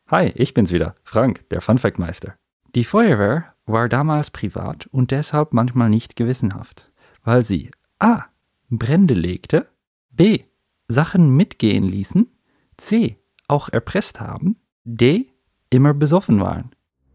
Hi, ich bin's wieder, Frank, der Funfact-Meister. Die Feuerwehr war damals privat und deshalb manchmal nicht gewissenhaft, weil sie a. Brände legte, b. Sachen mitgehen ließen, c. auch erpresst haben, d. immer besoffen waren.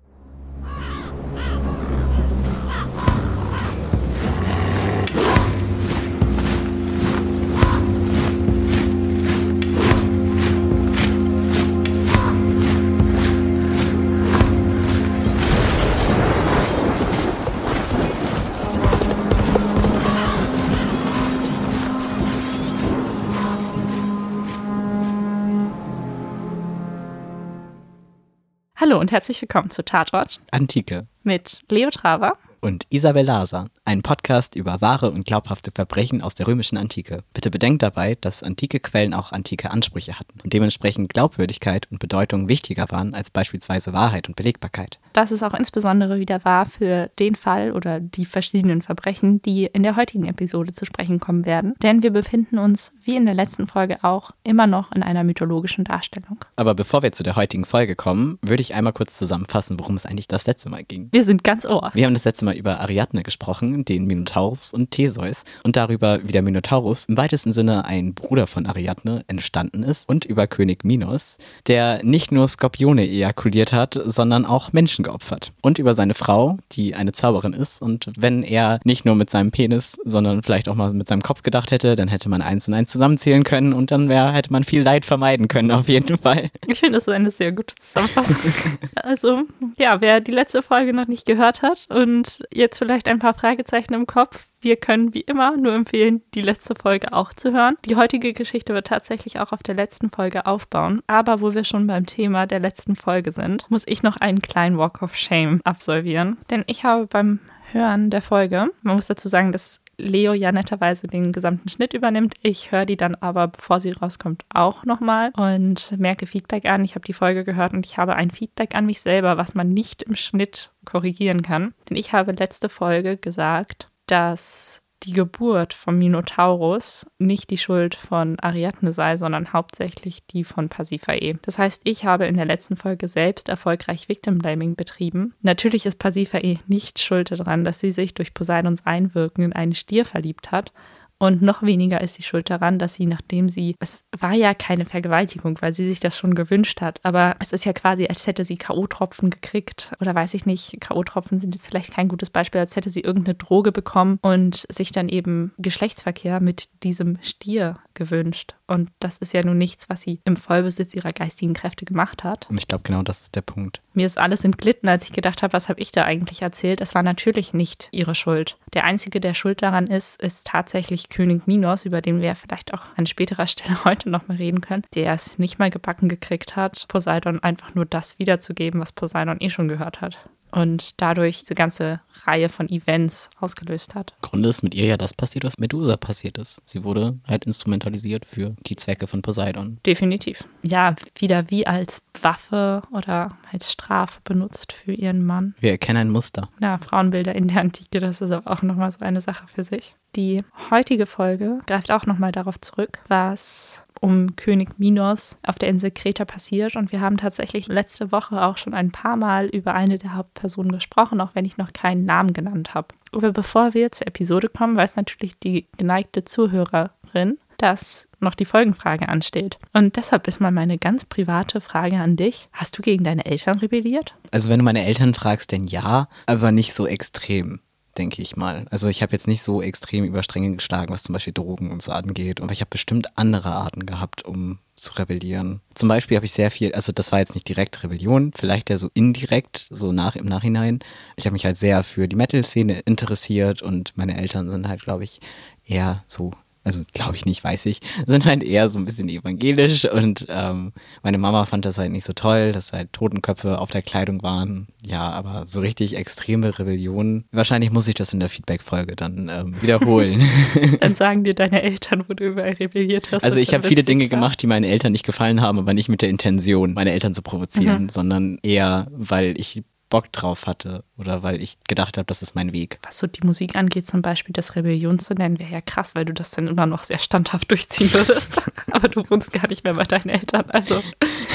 Hallo und herzlich willkommen zu Tatort Antike mit Leo Traber und Isabel Laser, ein Podcast über wahre und glaubhafte Verbrechen aus der römischen Antike. Bitte bedenkt dabei, dass antike Quellen auch antike Ansprüche hatten und dementsprechend Glaubwürdigkeit und Bedeutung wichtiger waren als beispielsweise Wahrheit und Belegbarkeit. Das ist auch insbesondere wieder wahr für den Fall oder die verschiedenen Verbrechen, die in der heutigen Episode zu sprechen kommen werden. Denn wir befinden uns, wie in der letzten Folge auch, immer noch in einer mythologischen Darstellung. Aber bevor wir zu der heutigen Folge kommen, würde ich einmal kurz zusammenfassen, worum es eigentlich das letzte Mal ging. Wir sind ganz ohr. Wir haben das letzte Mal über Ariadne gesprochen, den Minotaurus und Theseus und darüber, wie der Minotaurus im weitesten Sinne ein Bruder von Ariadne entstanden ist und über König Minos, der nicht nur Skorpione ejakuliert hat, sondern auch Menschen geopfert. Und über seine Frau, die eine Zauberin ist, und wenn er nicht nur mit seinem Penis, sondern vielleicht auch mal mit seinem Kopf gedacht hätte, dann hätte man 1 und 1 zusammenzählen können und dann hätte man viel Leid vermeiden können, auf jeden Fall. Ich finde, das ist eine sehr gute Zusammenfassung. Also, ja, wer die letzte Folge noch nicht gehört hat und jetzt vielleicht ein paar Fragezeichen im Kopf, wir können wie immer nur empfehlen, die letzte Folge auch zu hören. Die heutige Geschichte wird tatsächlich auch auf der letzten Folge aufbauen. Aber wo wir schon beim Thema der letzten Folge sind, muss ich noch einen kleinen Walk of Shame absolvieren. Denn ich habe beim Hören der Folge, man muss dazu sagen, dass Leo ja netterweise den gesamten Schnitt übernimmt. Ich höre die dann aber, bevor sie rauskommt, auch nochmal und merke Feedback an. Ich habe die Folge gehört und ich habe ein Feedback an mich selber, was man nicht im Schnitt korrigieren kann. Denn ich habe letzte Folge gesagt, dass die Geburt vom Minotaurus nicht die Schuld von Ariadne sei, sondern hauptsächlich die von Pasiphae. Das heißt, ich habe in der letzten Folge selbst erfolgreich Victim-Blaming betrieben. Natürlich ist Pasiphae nicht schuld daran, dass sie sich durch Poseidons Einwirken in einen Stier verliebt hat. Und noch weniger ist die Schuld daran, dass sie, es war ja keine Vergewaltigung, weil sie sich das schon gewünscht hat, aber es ist ja quasi, als hätte sie K.O.-Tropfen gekriegt oder weiß ich nicht, K.O.-Tropfen sind jetzt vielleicht kein gutes Beispiel, als hätte sie irgendeine Droge bekommen und sich dann eben Geschlechtsverkehr mit diesem Stier gewünscht. Und das ist ja nun nichts, was sie im Vollbesitz ihrer geistigen Kräfte gemacht hat. Und ich glaube, genau das ist der Punkt. Mir ist alles entglitten, als ich gedacht habe, was habe ich da eigentlich erzählt? Es war natürlich nicht ihre Schuld. Der Einzige, der schuld daran ist tatsächlich König Minos, über den wir vielleicht auch an späterer Stelle heute nochmal reden können, der es nicht mal gebacken gekriegt hat, Poseidon einfach nur das wiederzugeben, was Poseidon schon gehört hat. Und dadurch diese ganze Reihe von Events ausgelöst hat. Im Grunde ist mit ihr ja das passiert, was Medusa passiert ist. Sie wurde halt instrumentalisiert für die Zwecke von Poseidon. Definitiv. Ja, wieder wie als Waffe oder als Strafe benutzt für ihren Mann. Wir erkennen ein Muster. Ja, Frauenbilder in der Antike, das ist aber auch nochmal so eine Sache für sich. Die heutige Folge greift auch nochmal darauf zurück, was um König Minos auf der Insel Kreta passiert. Und wir haben tatsächlich letzte Woche auch schon ein paar Mal über eine der Hauptpersonen gesprochen, auch wenn ich noch keinen Namen genannt habe. Aber bevor wir zur Episode kommen, weiß natürlich die geneigte Zuhörerin, dass noch die Folgenfrage ansteht. Und deshalb ist mal meine ganz private Frage an dich. Hast du gegen deine Eltern rebelliert? Also wenn du meine Eltern fragst, dann ja, aber nicht so extrem, denke ich mal. Also ich habe jetzt nicht so extrem über Stränge geschlagen, was zum Beispiel Drogen und so angeht. Aber ich habe bestimmt andere Arten gehabt, um zu rebellieren. Zum Beispiel habe ich sehr viel, also das war jetzt nicht direkt Rebellion, vielleicht ja so indirekt, so im Nachhinein. Ich habe mich halt sehr für die Metal-Szene interessiert und meine Eltern sind halt, glaube ich, eher so, also glaube ich nicht, weiß ich, sind halt eher so ein bisschen evangelisch und meine Mama fand das halt nicht so toll, dass halt Totenköpfe auf der Kleidung waren. Ja, aber so richtig extreme Rebellion, wahrscheinlich muss ich das in der Feedback-Folge dann wiederholen. Dann sagen dir deine Eltern, wo du überall rebelliert hast. Also ich habe viele Dinge gemacht, die meinen Eltern nicht gefallen haben, aber nicht mit der Intention, meine Eltern zu provozieren, sondern eher, weil ich Bock drauf hatte oder weil ich gedacht habe, das ist mein Weg. Was so die Musik angeht, zum Beispiel das Rebellion zu nennen, wäre ja krass, weil du das dann immer noch sehr standhaft durchziehen würdest. Aber du wohnst gar nicht mehr bei deinen Eltern, also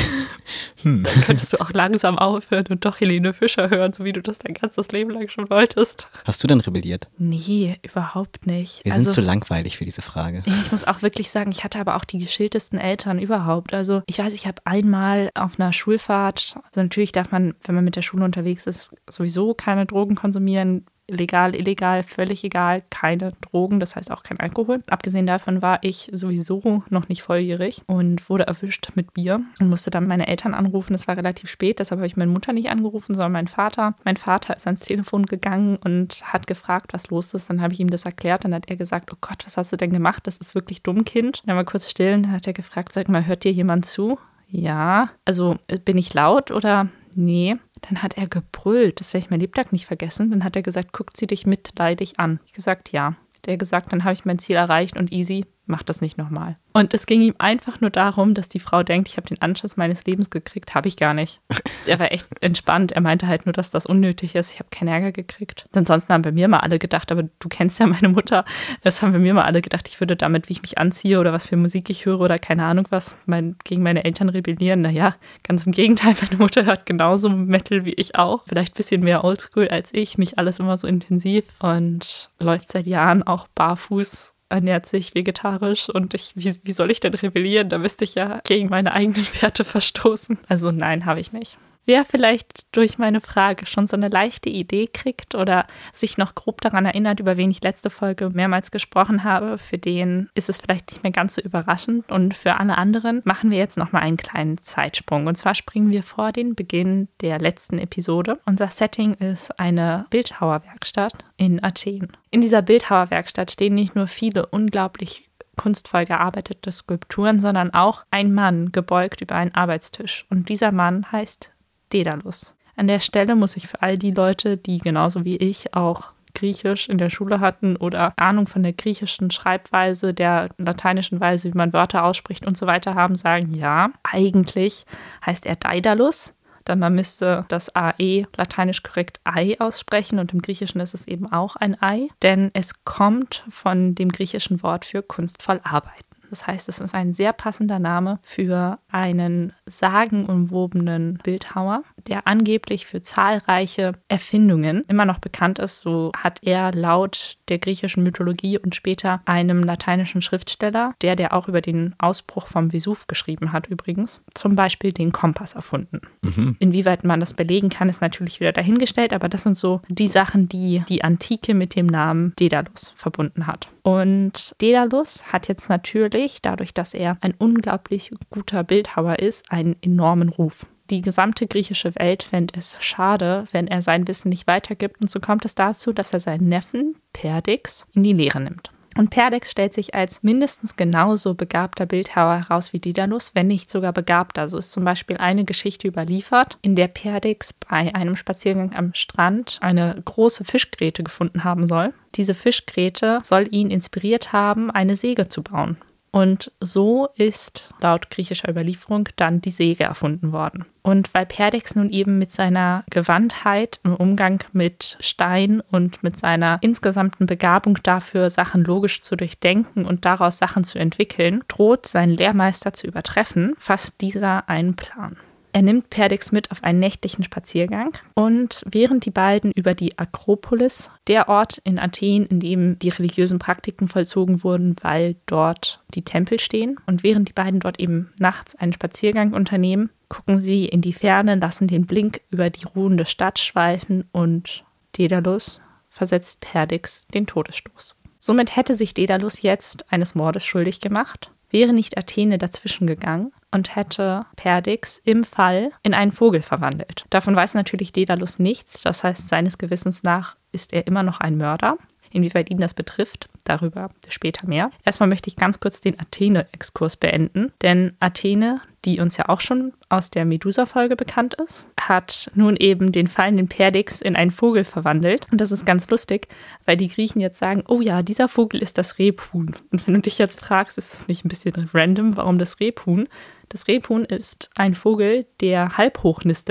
Dann könntest du auch langsam aufhören und doch Helene Fischer hören, so wie du das dein ganzes Leben lang schon wolltest. Hast du denn rebelliert? Nee, überhaupt nicht. Wir sind zu langweilig für diese Frage. Ich muss auch wirklich sagen, ich hatte aber auch die geschilltesten Eltern überhaupt. Also ich weiß, ich habe einmal auf einer Schulfahrt, also natürlich darf man, wenn man mit der Schule unterwegs ist, sowieso keine Drogen konsumieren. Legal, illegal, völlig egal, keine Drogen, das heißt auch kein Alkohol. Abgesehen davon war ich sowieso noch nicht volljährig und wurde erwischt mit Bier und musste dann meine Eltern anrufen. Es war relativ spät, deshalb habe ich meine Mutter nicht angerufen, sondern meinen Vater. Mein Vater ist ans Telefon gegangen und hat gefragt, was los ist. Dann habe ich ihm das erklärt. Dann hat er gesagt, oh Gott, was hast du denn gemacht? Das ist wirklich dumm, Kind. Dann war kurz still und dann hat er gefragt, sag mal, hört dir jemand zu? Ja. Also bin ich laut oder... Nee, dann hat er gebrüllt, das werde ich mein Lebtag nicht vergessen. Dann hat er gesagt, guckt sie dich mitleidig an. Ich gesagt, ja. Hat er gesagt, dann habe ich mein Ziel erreicht und easy, mach das nicht nochmal. Und es ging ihm einfach nur darum, dass die Frau denkt, ich habe den Anschiss meines Lebens gekriegt. Habe ich gar nicht. Er war echt entspannt. Er meinte halt nur, dass das unnötig ist. Ich habe keinen Ärger gekriegt. Ansonsten haben bei mir mal alle gedacht, aber du kennst ja meine Mutter, das haben bei mir mal alle gedacht, ich würde damit, wie ich mich anziehe oder was für Musik ich höre oder keine Ahnung was, gegen meine Eltern rebellieren. Naja, ganz im Gegenteil, meine Mutter hört genauso Metal wie ich auch. Vielleicht ein bisschen mehr Oldschool als ich, nicht alles immer so intensiv und läuft seit Jahren auch barfuß, ernährt sich vegetarisch und wie soll ich denn rebellieren? Da müsste ich ja gegen meine eigenen Werte verstoßen. Also nein, habe ich nicht. Wer vielleicht durch meine Frage schon so eine leichte Idee kriegt oder sich noch grob daran erinnert, über wen ich letzte Folge mehrmals gesprochen habe, für den ist es vielleicht nicht mehr ganz so überraschend. Und für alle anderen machen wir jetzt nochmal einen kleinen Zeitsprung. Und zwar springen wir vor den Beginn der letzten Episode. Unser Setting ist eine Bildhauerwerkstatt in Athen. In dieser Bildhauerwerkstatt stehen nicht nur viele unglaublich kunstvoll gearbeitete Skulpturen, sondern auch ein Mann gebeugt über einen Arbeitstisch. Und dieser Mann heißt Daedalus. An der Stelle muss ich für all die Leute, die genauso wie ich auch Griechisch in der Schule hatten oder Ahnung von der griechischen Schreibweise, der lateinischen Weise, wie man Wörter ausspricht und so weiter haben, sagen, ja, eigentlich heißt er Daedalus. Dann man müsste das AE lateinisch korrekt Ei aussprechen und im Griechischen ist es eben auch ein Ei, denn es kommt von dem griechischen Wort für kunstvoll arbeiten. Das heißt, es ist ein sehr passender Name für einen sagenumwobenen Bildhauer, der angeblich für zahlreiche Erfindungen immer noch bekannt ist. So hat er laut der griechischen Mythologie und später einem lateinischen Schriftsteller, der auch über den Ausbruch vom Vesuv geschrieben hat übrigens, zum Beispiel den Kompass erfunden. Inwieweit man das belegen kann, ist natürlich wieder dahingestellt, aber das sind so die Sachen, die die Antike mit dem Namen Daedalus verbunden hat. Und Daedalus hat jetzt natürlich, dadurch, dass er ein unglaublich guter Bildhauer ist, einen enormen Ruf. Die gesamte griechische Welt fände es schade, wenn er sein Wissen nicht weitergibt. Und so kommt es dazu, dass er seinen Neffen Perdix in die Lehre nimmt. Und Perdix stellt sich als mindestens genauso begabter Bildhauer heraus wie Daedalus, wenn nicht sogar begabter. So ist zum Beispiel eine Geschichte überliefert, in der Perdix bei einem Spaziergang am Strand eine große Fischgräte gefunden haben soll. Diese Fischgräte soll ihn inspiriert haben, eine Säge zu bauen. Und so ist laut griechischer Überlieferung dann die Säge erfunden worden. Und weil Perdix nun eben mit seiner Gewandtheit im Umgang mit Stein und mit seiner insgesamten Begabung dafür, Sachen logisch zu durchdenken und daraus Sachen zu entwickeln, droht, seinen Lehrmeister zu übertreffen, fasst dieser einen Plan. Er nimmt Perdix mit auf einen nächtlichen Spaziergang und während die beiden über die Akropolis, der Ort in Athen, in dem die religiösen Praktiken vollzogen wurden, weil dort die Tempel stehen, und während die beiden dort eben nachts einen Spaziergang unternehmen, gucken sie in die Ferne, lassen den Blick über die ruhende Stadt schweifen und Daedalus versetzt Perdix den Todesstoß. Somit hätte sich Daedalus jetzt eines Mordes schuldig gemacht, wäre nicht Athene dazwischen gegangen und hätte Perdix im Fall in einen Vogel verwandelt. Davon weiß natürlich Daedalus nichts, das heißt, seines Gewissens nach ist er immer noch ein Mörder. Inwieweit ihn das betrifft, darüber später mehr. Erstmal möchte ich ganz kurz den Athene-Exkurs beenden, denn Athene, die uns ja auch schon aus der Medusa-Folge bekannt ist, hat nun eben den fallenden Perdix in einen Vogel verwandelt. Und das ist ganz lustig, weil die Griechen jetzt sagen, oh ja, dieser Vogel ist das Rebhuhn. Und wenn du dich jetzt fragst, ist es nicht ein bisschen random, warum das Rebhuhn? Das Rebhuhn ist ein Vogel, der halb hoch nistet.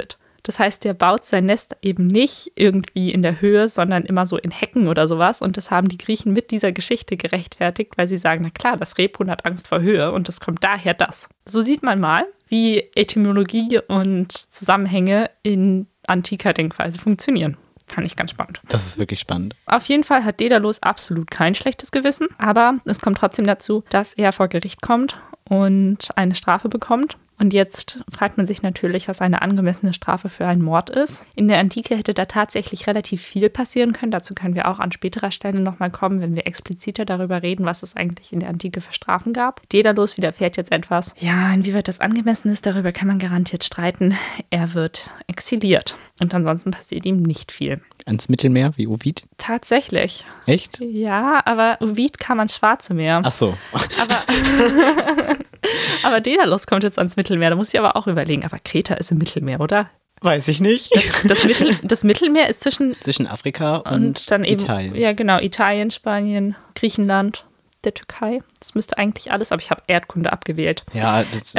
Das heißt, der baut sein Nest eben nicht irgendwie in der Höhe, sondern immer so in Hecken oder sowas. Und das haben die Griechen mit dieser Geschichte gerechtfertigt, weil sie sagen, na klar, das Rebhuhn hat Angst vor Höhe und das kommt daher das. So sieht man mal, wie Etymologie und Zusammenhänge in antiker Denkweise funktionieren. Fand ich ganz spannend. Das ist wirklich spannend. Auf jeden Fall hat Daedalus absolut kein schlechtes Gewissen, aber es kommt trotzdem dazu, dass er vor Gericht kommt und eine Strafe bekommt. Und jetzt fragt man sich natürlich, was eine angemessene Strafe für einen Mord ist. In der Antike hätte da tatsächlich relativ viel passieren können. Dazu können wir auch an späterer Stelle nochmal kommen, wenn wir expliziter darüber reden, was es eigentlich in der Antike für Strafen gab. Daedalus widerfährt jetzt etwas. Ja, inwieweit das angemessen ist, darüber kann man garantiert streiten. Er wird exiliert. Und ansonsten passiert ihm nicht viel. Ans Mittelmeer, wie Ovid? Tatsächlich. Echt? Ja, aber Ovid kam ans Schwarze Meer. Ach so. Aber Daedalus kommt jetzt ans Mittelmeer. Da muss ich aber auch überlegen. Aber Kreta ist im Mittelmeer, oder? Weiß ich nicht. Das Mittelmeer ist zwischen Afrika und dann eben, Italien. Ja, genau. Italien, Spanien, Griechenland, der Türkei. Das müsste eigentlich alles, aber ich habe Erdkunde abgewählt. Ja, das ist...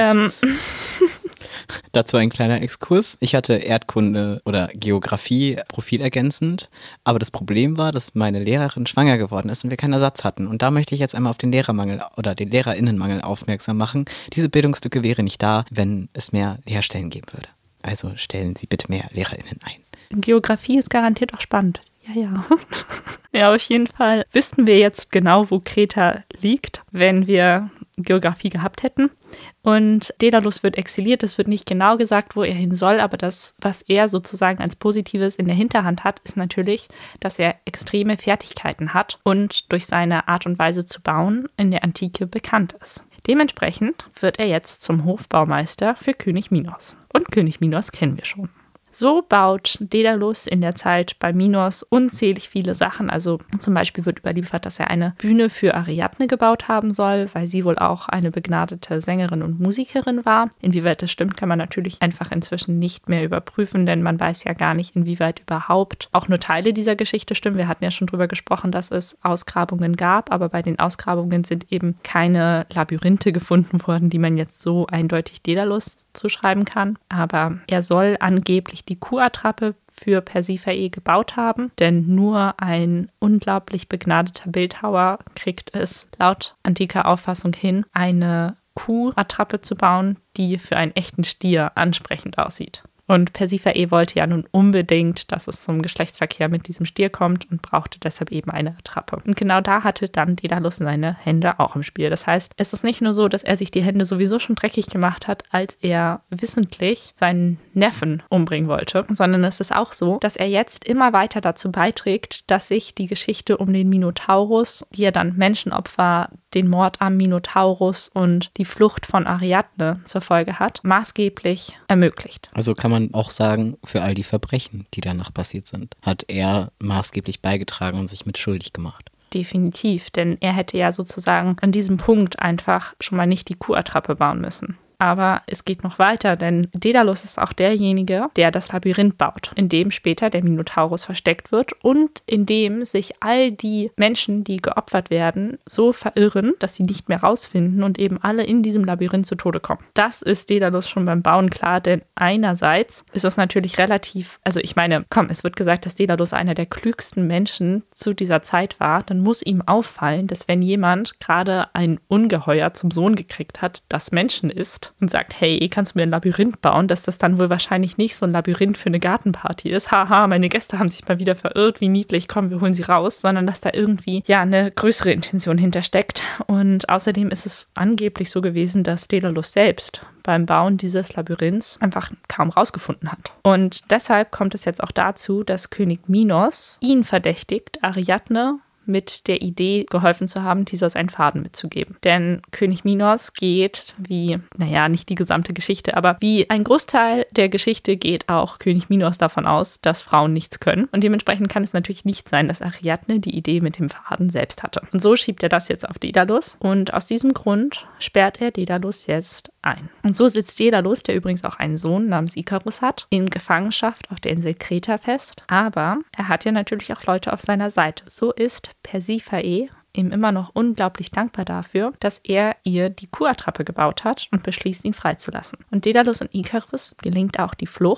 Dazu ein kleiner Exkurs. Ich hatte Erdkunde oder Geografie profilergänzend, aber das Problem war, dass meine Lehrerin schwanger geworden ist und wir keinen Ersatz hatten. Und da möchte ich jetzt einmal auf den Lehrermangel oder den LehrerInnenmangel aufmerksam machen. Diese Bildungslücke wäre nicht da, wenn es mehr Lehrstellen geben würde. Also stellen Sie bitte mehr LehrerInnen ein. Geografie ist garantiert auch spannend. Ja. Ja, auf jeden Fall wüssten wir jetzt genau, wo Kreta liegt, wenn wir Geografie gehabt hätten. Und Daedalus wird exiliert. Es wird nicht genau gesagt, wo er hin soll, aber das, was er sozusagen als Positives in der Hinterhand hat, ist natürlich, dass er extreme Fertigkeiten hat und durch seine Art und Weise zu bauen in der Antike bekannt ist. Dementsprechend wird er jetzt zum Hofbaumeister für König Minos. Und König Minos kennen wir schon. So baut Daedalus in der Zeit bei Minos unzählig viele Sachen. Also zum Beispiel wird überliefert, dass er eine Bühne für Ariadne gebaut haben soll, weil sie wohl auch eine begnadete Sängerin und Musikerin war. Inwieweit das stimmt, kann man natürlich einfach inzwischen nicht mehr überprüfen, denn man weiß ja gar nicht, inwieweit überhaupt auch nur Teile dieser Geschichte stimmen. Wir hatten ja schon drüber gesprochen, dass es Ausgrabungen gab, aber bei den Ausgrabungen sind eben keine Labyrinthe gefunden worden, die man jetzt so eindeutig Daedalus zuschreiben kann. Aber er soll angeblich die Kuhattrappe für Persiphae gebaut haben, denn nur ein unglaublich begnadeter Bildhauer kriegt es laut antiker Auffassung hin, eine Kuhattrappe zu bauen, die für einen echten Stier ansprechend aussieht. Und Persiphae wollte ja nun unbedingt, dass es zum Geschlechtsverkehr mit diesem Stier kommt und brauchte deshalb eben eine Attrappe. Und genau da hatte dann Daedalus seine Hände auch im Spiel. Das heißt, es ist nicht nur so, dass er sich die Hände sowieso schon dreckig gemacht hat, als er wissentlich seinen Neffen umbringen wollte, sondern es ist auch so, dass er jetzt immer weiter dazu beiträgt, dass sich die Geschichte um den Minotaurus, die ja dann Menschenopfer, den Mord am Minotaurus und die Flucht von Ariadne zur Folge hat, maßgeblich ermöglicht. Also kann man auch sagen, für all die Verbrechen, die danach passiert sind, hat er maßgeblich beigetragen und sich mit schuldig gemacht. Definitiv, denn er hätte ja sozusagen an diesem Punkt einfach schon mal nicht die Kuhattrappe bauen müssen. Aber es geht noch weiter, denn Daedalus ist auch derjenige, der das Labyrinth baut, in dem später der Minotaurus versteckt wird und in dem sich all die Menschen, die geopfert werden, so verirren, dass sie nicht mehr rausfinden und eben alle in diesem Labyrinth zu Tode kommen. Das ist Daedalus schon beim Bauen klar, denn einerseits ist es natürlich relativ, also ich meine, es wird gesagt, dass Daedalus einer der klügsten Menschen zu dieser Zeit war, dann muss ihm auffallen, dass wenn jemand gerade ein Ungeheuer zum Sohn gekriegt hat, das Menschen ist, und sagt, hey, kannst du mir ein Labyrinth bauen, dass das dann wohl wahrscheinlich nicht so ein Labyrinth für eine Gartenparty ist. Haha, meine Gäste haben sich mal wieder verirrt, wie niedlich, komm, wir holen sie raus, sondern dass da irgendwie ja eine größere Intention hintersteckt. Und außerdem ist es angeblich so gewesen, dass Daedalus selbst beim Bauen dieses Labyrinths einfach kaum rausgefunden hat. Und deshalb kommt es jetzt auch dazu, dass König Minos ihn verdächtigt, Ariadne mit der Idee geholfen zu haben, Theseus einen Faden mitzugeben. Denn König Minos geht nicht die gesamte Geschichte, aber wie ein Großteil der Geschichte geht auch König Minos davon aus, dass Frauen nichts können. Und dementsprechend kann es natürlich nicht sein, dass Ariadne die Idee mit dem Faden selbst hatte. Und so schiebt er das jetzt auf Daedalus. Und aus diesem Grund sperrt er Daedalus jetzt ein. Und so sitzt Daedalus, der übrigens auch einen Sohn namens Ikarus hat, in Gefangenschaft auf der Insel Kreta fest. Aber er hat ja natürlich auch Leute auf seiner Seite. So ist Persiphae ihm immer noch unglaublich dankbar dafür, dass er ihr die Kuhattrappe gebaut hat und beschließt, ihn freizulassen. Und Daedalus und Ikarus gelingt auch die Flucht.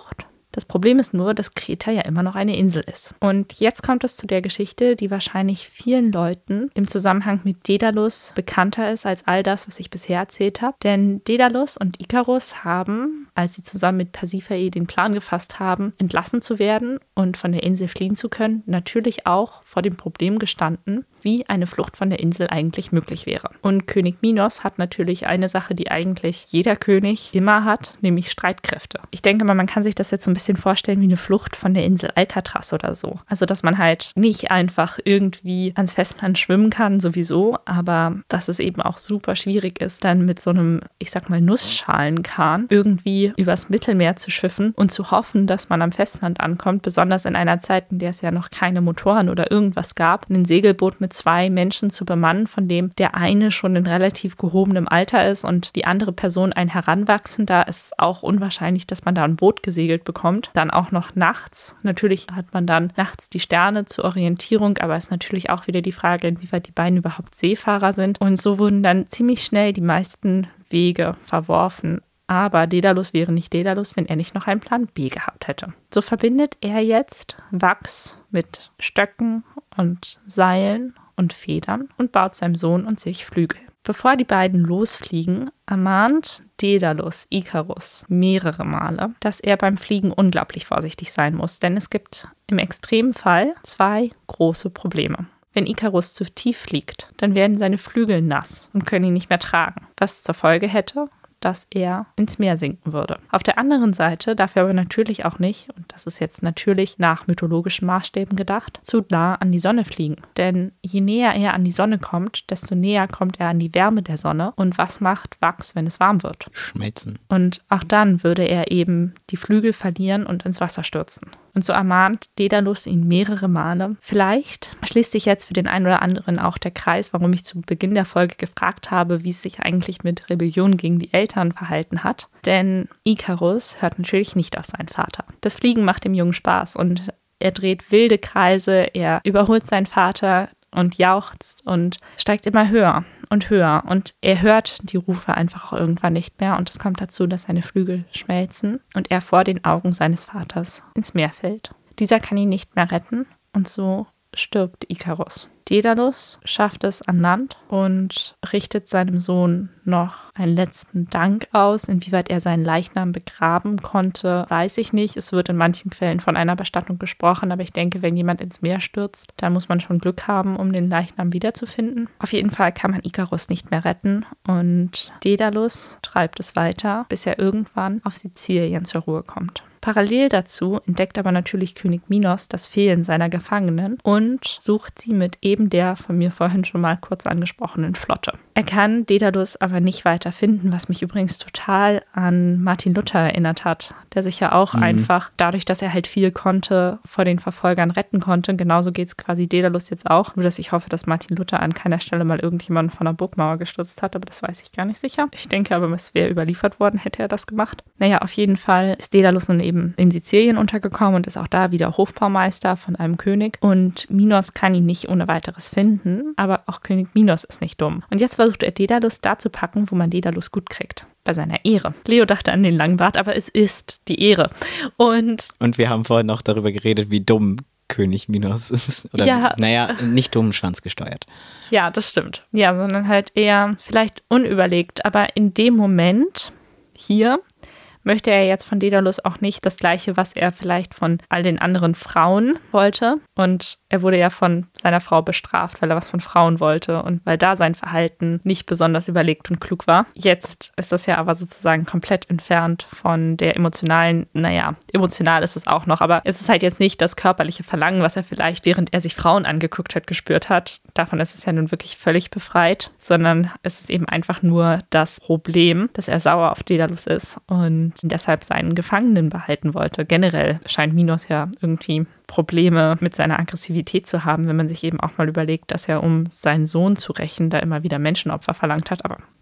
Das Problem ist nur, dass Kreta ja immer noch eine Insel ist. Und jetzt kommt es zu der Geschichte, die wahrscheinlich vielen Leuten im Zusammenhang mit Daedalus bekannter ist als all das, was ich bisher erzählt habe. Denn Daedalus und Ikarus haben, als sie zusammen mit Persiphae den Plan gefasst haben, entlassen zu werden und von der Insel fliehen zu können, natürlich auch vor dem Problem gestanden, wie eine Flucht von der Insel eigentlich möglich wäre. Und König Minos hat natürlich eine Sache, die eigentlich jeder König immer hat, nämlich Streitkräfte. Ich denke mal, man kann sich das jetzt so ein bisschen vorstellen wie eine Flucht von der Insel Alcatraz oder so. Also, dass man halt nicht einfach irgendwie ans Festland schwimmen kann, sowieso, aber dass es eben auch super schwierig ist, dann mit so einem, ich sag mal, Nussschalenkahn irgendwie übers Mittelmeer zu schiffen und zu hoffen, dass man am Festland ankommt, besonders in einer Zeit, in der es ja noch keine Motoren oder irgendwas gab, ein Segelboot mit 2 Menschen zu bemannen, von dem der eine schon in relativ gehobenem Alter ist und die andere Person ein Heranwachsender, ist auch unwahrscheinlich, dass man da ein Boot gesegelt bekommt. Dann auch noch nachts. Natürlich hat man dann nachts die Sterne zur Orientierung, aber es ist natürlich auch wieder die Frage, inwieweit die beiden überhaupt Seefahrer sind. Und so wurden dann ziemlich schnell die meisten Wege verworfen. Aber Daedalus wäre nicht Daedalus, wenn er nicht noch einen Plan B gehabt hätte. So verbindet er jetzt Wachs mit Stöcken und Seilen und Federn und baut seinem Sohn und sich Flügel. Bevor die beiden losfliegen, ermahnt Daedalus Ikarus mehrere Male, dass er beim Fliegen unglaublich vorsichtig sein muss, denn es gibt im extremen Fall 2 große Probleme. Wenn Ikarus zu tief fliegt, dann werden seine Flügel nass und können ihn nicht mehr tragen, was zur Folge hätte, dass er ins Meer sinken würde. Auf der anderen Seite darf er aber natürlich auch nicht, und das ist jetzt natürlich nach mythologischen Maßstäben gedacht, zu nah an die Sonne fliegen. Denn je näher er an die Sonne kommt, desto näher kommt er an die Wärme der Sonne. Und was macht Wachs, wenn es warm wird? Schmelzen. Und auch dann würde er eben die Flügel verlieren und ins Wasser stürzen. Und so ermahnt Daedalus ihn mehrere Male. Vielleicht schließt sich jetzt für den einen oder anderen auch der Kreis, warum ich zu Beginn der Folge gefragt habe, wie es sich eigentlich mit Rebellion gegen die Eltern verhalten hat. Denn Ikarus hört natürlich nicht auf seinen Vater. Das Fliegen macht dem Jungen Spaß und er dreht wilde Kreise, er überholt seinen Vater und jauchzt und steigt immer höher und höher. Und er hört die Rufe einfach auch irgendwann nicht mehr. Und es kommt dazu, dass seine Flügel schmelzen und er vor den Augen seines Vaters ins Meer fällt. Dieser kann ihn nicht mehr retten und so stirbt Ikarus. Daedalus schafft es an Land und richtet seinem Sohn noch einen letzten Dank aus. Inwieweit er seinen Leichnam begraben konnte, weiß ich nicht. Es wird in manchen Quellen von einer Bestattung gesprochen, aber ich denke, wenn jemand ins Meer stürzt, dann muss man schon Glück haben, um den Leichnam wiederzufinden. Auf jeden Fall kann man Ikarus nicht mehr retten und Daedalus treibt es weiter, bis er irgendwann auf Sizilien zur Ruhe kommt. Parallel dazu entdeckt aber natürlich König Minos das Fehlen seiner Gefangenen und sucht sie mit eben der von mir vorhin schon mal kurz angesprochenen Flotte. Er kann Daedalus aber nicht weiter finden, was mich übrigens total an Martin Luther erinnert hat, der sich ja auch einfach, dadurch, dass er halt viel konnte, vor den Verfolgern retten konnte. Genauso geht es quasi Daedalus jetzt auch, nur dass ich hoffe, dass Martin Luther an keiner Stelle mal irgendjemanden von der Burgmauer gestürzt hat, aber das weiß ich gar nicht sicher. Ich denke aber, es wäre überliefert worden, hätte er das gemacht. Naja, auf jeden Fall ist Daedalus nun eben in Sizilien untergekommen und ist auch da wieder Hofbaumeister von einem König. Und Minos kann ihn nicht ohne weiteres finden, aber auch König Minos ist nicht dumm. Und jetzt versucht er Daedalus da zu packen, wo man Daedalus gut kriegt. Bei seiner Ehre. Leo dachte an den langen Bart, aber es ist die Ehre. Und wir haben vorhin noch darüber geredet, wie dumm König Minos ist. Oder, ja, naja, nicht dumm, schwanzgesteuert. Ja, das stimmt. Ja, sondern halt eher vielleicht unüberlegt. Aber in dem Moment hier möchte er jetzt von Daedalus auch nicht das Gleiche, was er vielleicht von all den anderen Frauen wollte. Und er wurde ja von seiner Frau bestraft, weil er was von Frauen wollte und weil da sein Verhalten nicht besonders überlegt und klug war. Jetzt ist das ja aber sozusagen komplett entfernt von der emotionalen, emotional ist es auch noch, aber es ist halt jetzt nicht das körperliche Verlangen, was er vielleicht, während er sich Frauen angeguckt hat, gespürt hat. Davon ist es ja nun wirklich völlig befreit, sondern es ist eben einfach nur das Problem, dass er sauer auf Daedalus ist und deshalb seinen Gefangenen behalten wollte. Generell scheint Minos ja irgendwie Probleme mit seiner Aggressivität zu haben, wenn man sich eben auch mal überlegt, dass er, um seinen Sohn zu rächen, da immer wieder Menschenopfer verlangt hat. Aber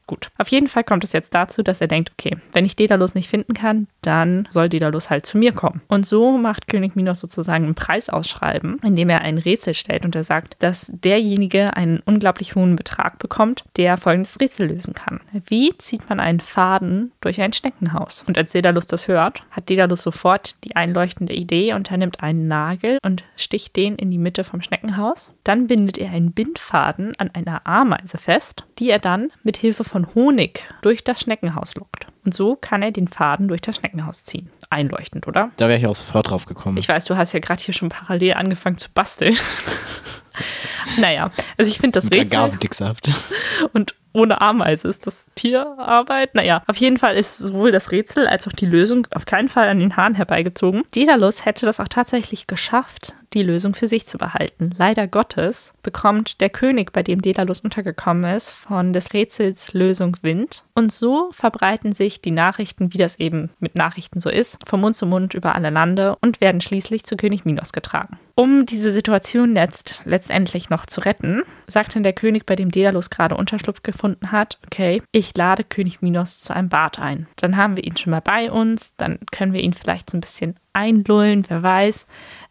Gut. Auf jeden Fall kommt es jetzt dazu, dass er denkt, okay, wenn ich Daedalus nicht finden kann, dann soll Daedalus halt zu mir kommen. Und so macht König Minos sozusagen einen Preis ausschreiben, indem er ein Rätsel stellt und er sagt, dass derjenige einen unglaublich hohen Betrag bekommt, der folgendes Rätsel lösen kann. Wie zieht man einen Faden durch ein Schneckenhaus? Und als Daedalus das hört, hat Daedalus sofort die einleuchtende Idee und er nimmt einen Nagel und sticht den in die Mitte vom Schneckenhaus. Dann bindet er einen Bindfaden an einer Ameise fest, die er dann mit Hilfe von Honig durch das Schneckenhaus lockt. Und so kann er den Faden durch das Schneckenhaus ziehen. Einleuchtend, oder? Da wäre ich auch sofort drauf gekommen. Ich weiß, du hast ja gerade hier schon parallel angefangen zu basteln. Naja, also ich finde das Rätsel... Agavendicksaft. Und ohne Ameise ist das Tierarbeit. Naja, auf jeden Fall ist sowohl das Rätsel als auch die Lösung auf keinen Fall an den Haaren herbeigezogen. Daedalus hätte das auch tatsächlich geschafft, die Lösung für sich zu behalten. Leider Gottes bekommt der König, bei dem Daedalus untergekommen ist, von des Rätsels Lösung Wind. Und so verbreiten sich die Nachrichten, wie das eben mit Nachrichten so ist, von Mund zu Mund über alle Lande und werden schließlich zu König Minos getragen. Um diese Situation letztendlich noch zu retten, sagt dann der König, bei dem Daedalus gerade Unterschlupf gefunden hat, okay, ich lade König Minos zu einem Bad ein. Dann haben wir ihn schon mal bei uns, dann können wir ihn vielleicht so ein bisschen einlullen, wer weiß.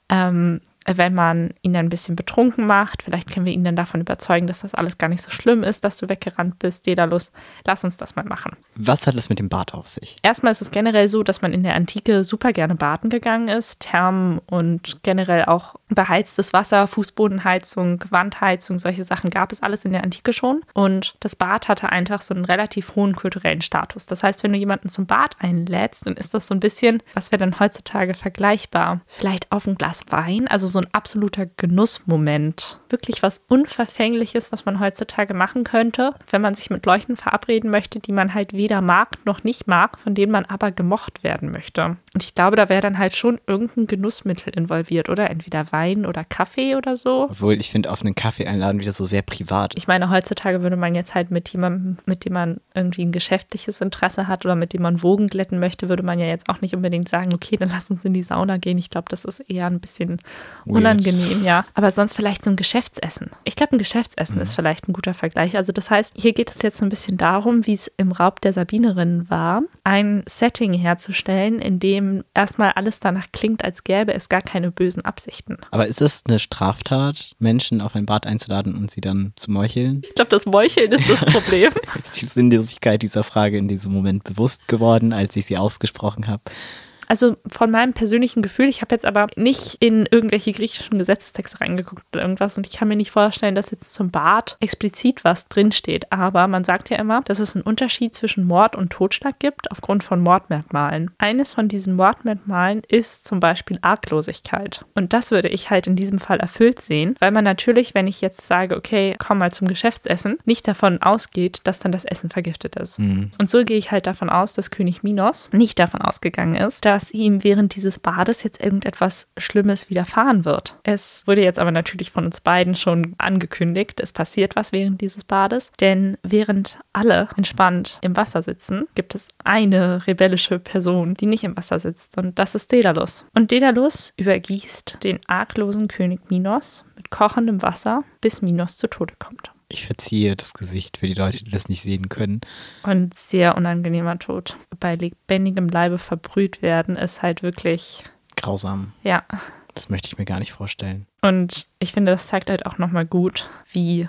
Wenn man ihn dann ein bisschen betrunken macht, vielleicht können wir ihn dann davon überzeugen, dass das alles gar nicht so schlimm ist, dass du weggerannt bist. Daedalus, lass uns das mal machen. Was hat es mit dem Bad auf sich? Erstmal ist es generell so, dass man in der Antike super gerne baden gegangen ist. Thermen und generell auch beheiztes Wasser, Fußbodenheizung, Wandheizung, solche Sachen gab es alles in der Antike schon. Und das Bad hatte einfach so einen relativ hohen kulturellen Status. Das heißt, wenn du jemanden zum Bad einlädst, dann ist das so ein bisschen, was wäre dann heutzutage vergleichbar? Vielleicht auf ein Glas Wein, also so ein absoluter Genussmoment. Wirklich was Unverfängliches, was man heutzutage machen könnte, wenn man sich mit Leuten verabreden möchte, die man halt weder mag noch nicht mag, von denen man aber gemocht werden möchte. Und ich glaube, da wäre dann halt schon irgendein Genussmittel involviert, oder? Entweder Wein oder Kaffee oder so. Obwohl, ich finde auf einen Kaffee einladen wieder so sehr privat. Ich meine, heutzutage würde man jetzt halt mit jemandem, mit dem man irgendwie ein geschäftliches Interesse hat oder mit dem man Wogen glätten möchte, würde man ja jetzt auch nicht unbedingt sagen, okay, dann lass uns in die Sauna gehen. Ich glaube, das ist eher ein bisschen unangenehm, ja. Aber sonst vielleicht so ein Geschäftsessen. Ich glaube, ein Geschäftsessen ist vielleicht ein guter Vergleich. Also das heißt, hier geht es jetzt so ein bisschen darum, wie es im Raub der Sabinerinnen war, ein Setting herzustellen, in dem erstmal alles danach klingt, als gäbe es gar keine bösen Absichten. Aber ist es eine Straftat, Menschen auf ein Bad einzuladen und sie dann zu meucheln? Ich glaube, das Meucheln ist das Problem. Ist die Sinnlosigkeit dieser Frage in diesem Moment bewusst geworden, als ich sie ausgesprochen habe? Also von meinem persönlichen Gefühl, ich habe jetzt aber nicht in irgendwelche griechischen Gesetzestexte reingeguckt oder irgendwas und ich kann mir nicht vorstellen, dass jetzt zum Bad explizit was drinsteht. Aber man sagt ja immer, dass es einen Unterschied zwischen Mord und Totschlag gibt aufgrund von Mordmerkmalen. Eines von diesen Mordmerkmalen ist zum Beispiel Arglosigkeit. Und das würde ich halt in diesem Fall erfüllt sehen, weil man natürlich, wenn ich jetzt sage, okay, komm mal zum Geschäftsessen, nicht davon ausgeht, dass dann das Essen vergiftet ist. Und so gehe ich halt davon aus, dass König Minos nicht davon ausgegangen ist, dass ihm während dieses Bades jetzt irgendetwas Schlimmes widerfahren wird. Es wurde jetzt aber natürlich von uns beiden schon angekündigt, es passiert was während dieses Bades, denn während alle entspannt im Wasser sitzen, gibt es eine rebellische Person, die nicht im Wasser sitzt und das ist Daedalus. Und Daedalus übergießt den arglosen König Minos mit kochendem Wasser, bis Minos zu Tode kommt. Ich verziehe das Gesicht für die Leute, die das nicht sehen können. Und sehr unangenehmer Tod. Bei lebendigem Leibe verbrüht werden ist halt wirklich grausam. Ja. Das möchte ich mir gar nicht vorstellen. Und ich finde, das zeigt halt auch nochmal gut, wie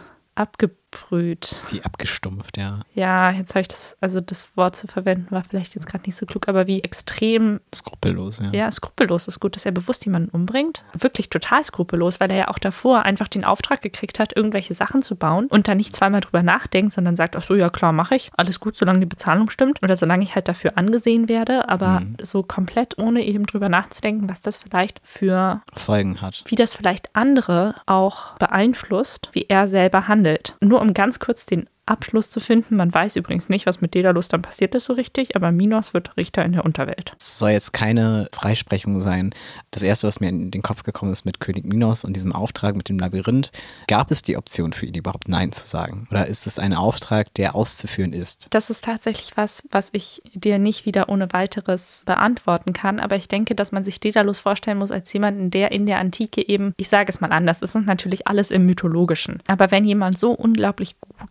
abgebrüht. Wie abgestumpft, ja. Ja, jetzt habe ich das Wort zu verwenden, war vielleicht jetzt gerade nicht so klug, aber wie extrem skrupellos, ja. Ja, skrupellos ist gut, dass er bewusst jemanden umbringt. Wirklich total skrupellos, weil er ja auch davor einfach den Auftrag gekriegt hat, irgendwelche Sachen zu bauen und dann nicht zweimal drüber nachdenkt, sondern sagt, ach so, ja klar, mache ich. Alles gut, solange die Bezahlung stimmt oder solange ich halt dafür angesehen werde, aber so komplett ohne eben drüber nachzudenken, was das vielleicht für Folgen hat. Wie das vielleicht andere auch beeinflusst, wie er selber handelt. Nur um ganz kurz den Abschluss zu finden. Man weiß übrigens nicht, was mit Daedalus dann passiert ist so richtig, aber Minos wird Richter in der Unterwelt. Es soll jetzt keine Freisprechung sein. Das Erste, was mir in den Kopf gekommen ist mit König Minos und diesem Auftrag mit dem Labyrinth, gab es die Option für ihn überhaupt Nein zu sagen? Oder ist es ein Auftrag, der auszuführen ist? Das ist tatsächlich was ich dir nicht wieder ohne weiteres beantworten kann, aber ich denke, dass man sich Daedalus vorstellen muss als jemanden, der in der Antike eben, ich sage es mal anders, es ist natürlich alles im Mythologischen, aber wenn jemand so unglaublich gut in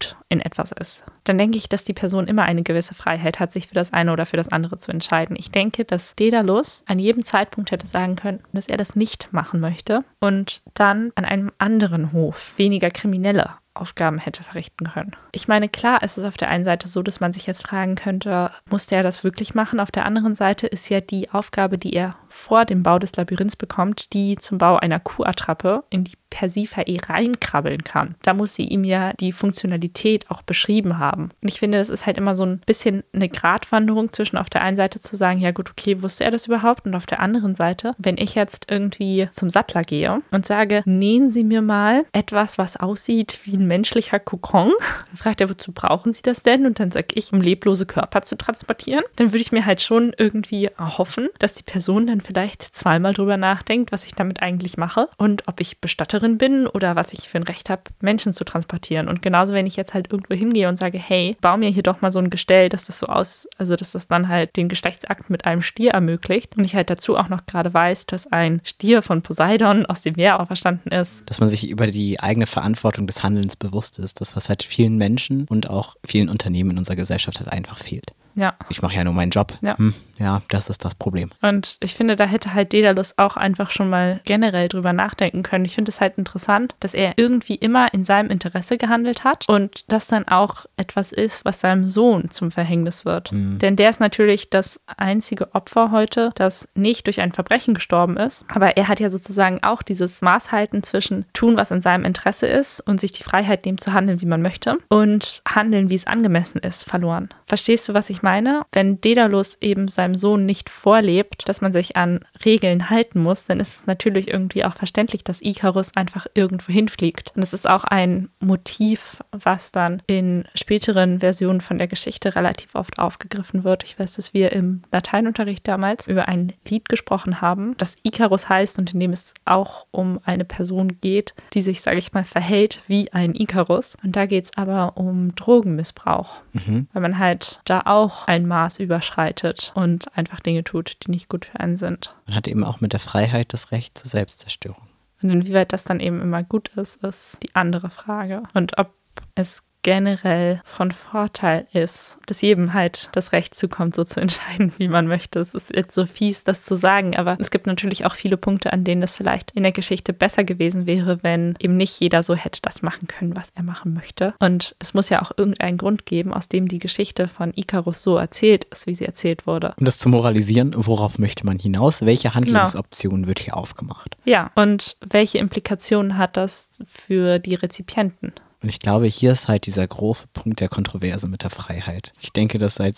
etwas ist, dann denke ich, dass die Person immer eine gewisse Freiheit hat, sich für das eine oder für das andere zu entscheiden. Ich denke, dass Daedalus an jedem Zeitpunkt hätte sagen können, dass er das nicht machen möchte und dann an einem anderen Hof weniger kriminelle Aufgaben hätte verrichten können. Ich meine, klar, es ist auf der einen Seite so, dass man sich jetzt fragen könnte, musste er das wirklich machen? Auf der anderen Seite ist ja die Aufgabe, die er vor dem Bau des Labyrinths bekommt, die zum Bau einer Kuhattrappe, in die Persiphae reinkrabbeln kann. Da muss sie ihm ja die Funktionalität auch beschrieben haben. Und ich finde, das ist halt immer so ein bisschen eine Gratwanderung zwischen auf der einen Seite zu sagen, ja gut, okay, wusste er das überhaupt? Und auf der anderen Seite, wenn ich jetzt irgendwie zum Sattler gehe und sage, nähen Sie mir mal etwas, was aussieht wie ein menschlicher Kokon, dann fragt er, wozu brauchen Sie das denn? Und dann sage ich, um leblose Körper zu transportieren. Dann würde ich mir halt schon irgendwie erhoffen, dass die Person dann vielleicht zweimal drüber nachdenkt, was ich damit eigentlich mache und ob ich Bestatterin bin oder was ich für ein Recht habe, Menschen zu transportieren. Und genauso, wenn ich jetzt halt irgendwo hingehe und sage, hey, bau mir hier doch mal so ein Gestell, dass das so also dass das dann halt den Geschlechtsakt mit einem Stier ermöglicht und ich halt dazu auch noch gerade weiß, dass ein Stier von Poseidon aus dem Meer auferstanden ist. Dass man sich über die eigene Verantwortung des Handelns bewusst ist, das was halt vielen Menschen und auch vielen Unternehmen in unserer Gesellschaft halt einfach fehlt. Ja. Ich mache ja nur meinen Job. Ja. Ja, das ist das Problem. Und ich finde, da hätte halt Daedalus auch einfach schon mal generell drüber nachdenken können. Ich finde es halt interessant, dass er irgendwie immer in seinem Interesse gehandelt hat und das dann auch etwas ist, was seinem Sohn zum Verhängnis wird. Denn der ist natürlich das einzige Opfer heute, das nicht durch ein Verbrechen gestorben ist. Aber er hat ja sozusagen auch dieses Maßhalten zwischen tun, was in seinem Interesse ist und sich die Freiheit nehmen zu handeln, wie man möchte und handeln, wie es angemessen ist, verloren. Verstehst du, was ich meine? Wenn Daedalus eben seinem Sohn nicht vorlebt, dass man sich an Regeln halten muss, dann ist es natürlich irgendwie auch verständlich, dass Ikarus einfach irgendwo hinfliegt. Und es ist auch ein Motiv, was dann in späteren Versionen von der Geschichte relativ oft aufgegriffen wird. Ich weiß, dass wir im Lateinunterricht damals über ein Lied gesprochen haben, das Ikarus heißt und in dem es auch um eine Person geht, die sich, sage ich mal, verhält wie ein Ikarus. Und da geht es aber um Drogenmissbrauch, weil man halt da auch ein Maß überschreitet und einfach Dinge tut, die nicht gut für einen sind. Man hat eben auch mit der Freiheit das Recht zur Selbstzerstörung. Und inwieweit das dann eben immer gut ist, ist die andere Frage. Und ob es generell von Vorteil ist, dass jedem halt das Recht zukommt, so zu entscheiden, wie man möchte. Es ist jetzt so fies, das zu sagen, aber es gibt natürlich auch viele Punkte, an denen das vielleicht in der Geschichte besser gewesen wäre, wenn eben nicht jeder so hätte das machen können, was er machen möchte. Und es muss ja auch irgendeinen Grund geben, aus dem die Geschichte von Ikarus so erzählt ist, wie sie erzählt wurde. Um das zu moralisieren, worauf möchte man hinaus? Welche Handlungsoption wird hier aufgemacht? Ja, und welche Implikationen hat das für die Rezipienten? Und ich glaube, hier ist halt dieser große Punkt der Kontroverse mit der Freiheit. Ich denke, dass seit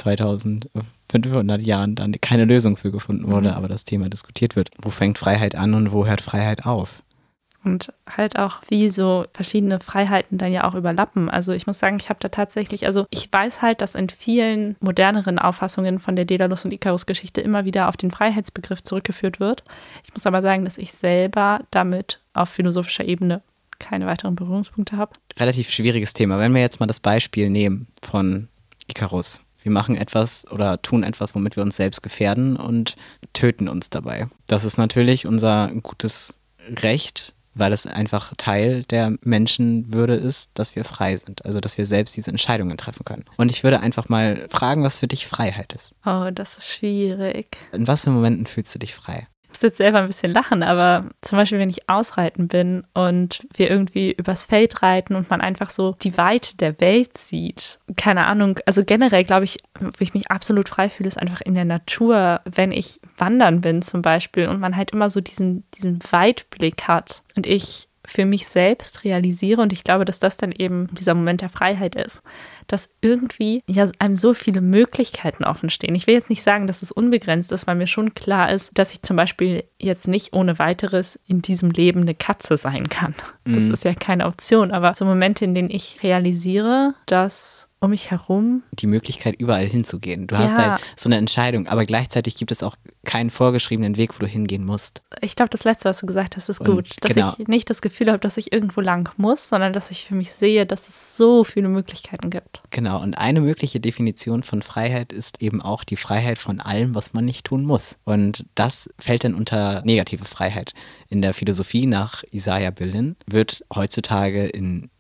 2500 Jahren dann keine Lösung für gefunden wurde, aber das Thema diskutiert wird. Wo fängt Freiheit an und wo hört Freiheit auf? Und halt auch, wie so verschiedene Freiheiten dann ja auch überlappen. Also ich muss sagen, ich habe da tatsächlich, also ich weiß halt, dass in vielen moderneren Auffassungen von der Daedalus- und Ikarus-Geschichte immer wieder auf den Freiheitsbegriff zurückgeführt wird. Ich muss aber sagen, dass ich selber damit auf philosophischer Ebene keine weiteren Berührungspunkte habe. Relativ schwieriges Thema. Wenn wir jetzt mal das Beispiel nehmen von Ikarus. Wir machen etwas oder tun etwas, womit wir uns selbst gefährden und töten uns dabei. Das ist natürlich unser gutes Recht, weil es einfach Teil der Menschenwürde ist, dass wir frei sind. Also, dass wir selbst diese Entscheidungen treffen können. Und ich würde einfach mal fragen, was für dich Freiheit ist. Oh, das ist schwierig. In was für Momenten fühlst du dich frei? Ich muss jetzt selber ein bisschen lachen, aber zum Beispiel, wenn ich ausreiten bin und wir irgendwie übers Feld reiten und man einfach so die Weite der Welt sieht. Keine Ahnung, also generell glaube ich, wo ich mich absolut frei fühle, ist einfach in der Natur, wenn ich wandern bin zum Beispiel und man halt immer so diesen Weitblick hat und ich für mich selbst realisiere und ich glaube, dass das dann eben dieser Moment der Freiheit ist, dass irgendwie ja einem so viele Möglichkeiten offen stehen. Ich will jetzt nicht sagen, dass es unbegrenzt ist, weil mir schon klar ist, dass ich zum Beispiel jetzt nicht ohne weiteres in diesem Leben eine Katze sein kann. Das ist ja keine Option, aber so Momente, in denen ich realisiere, dass um mich herum die Möglichkeit, überall hinzugehen. Du hast halt so eine Entscheidung, aber gleichzeitig gibt es auch keinen vorgeschriebenen Weg, wo du hingehen musst. Ich glaube, das Letzte, was du gesagt hast, ist gut. Dass ich nicht das Gefühl habe, dass ich irgendwo lang muss, sondern dass ich für mich sehe, dass es so viele Möglichkeiten gibt. Genau, und eine mögliche Definition von Freiheit ist eben auch die Freiheit von allem, was man nicht tun muss. Und das fällt dann unter negative Freiheit. In der Philosophie nach Isaiah Berlin wird heutzutage in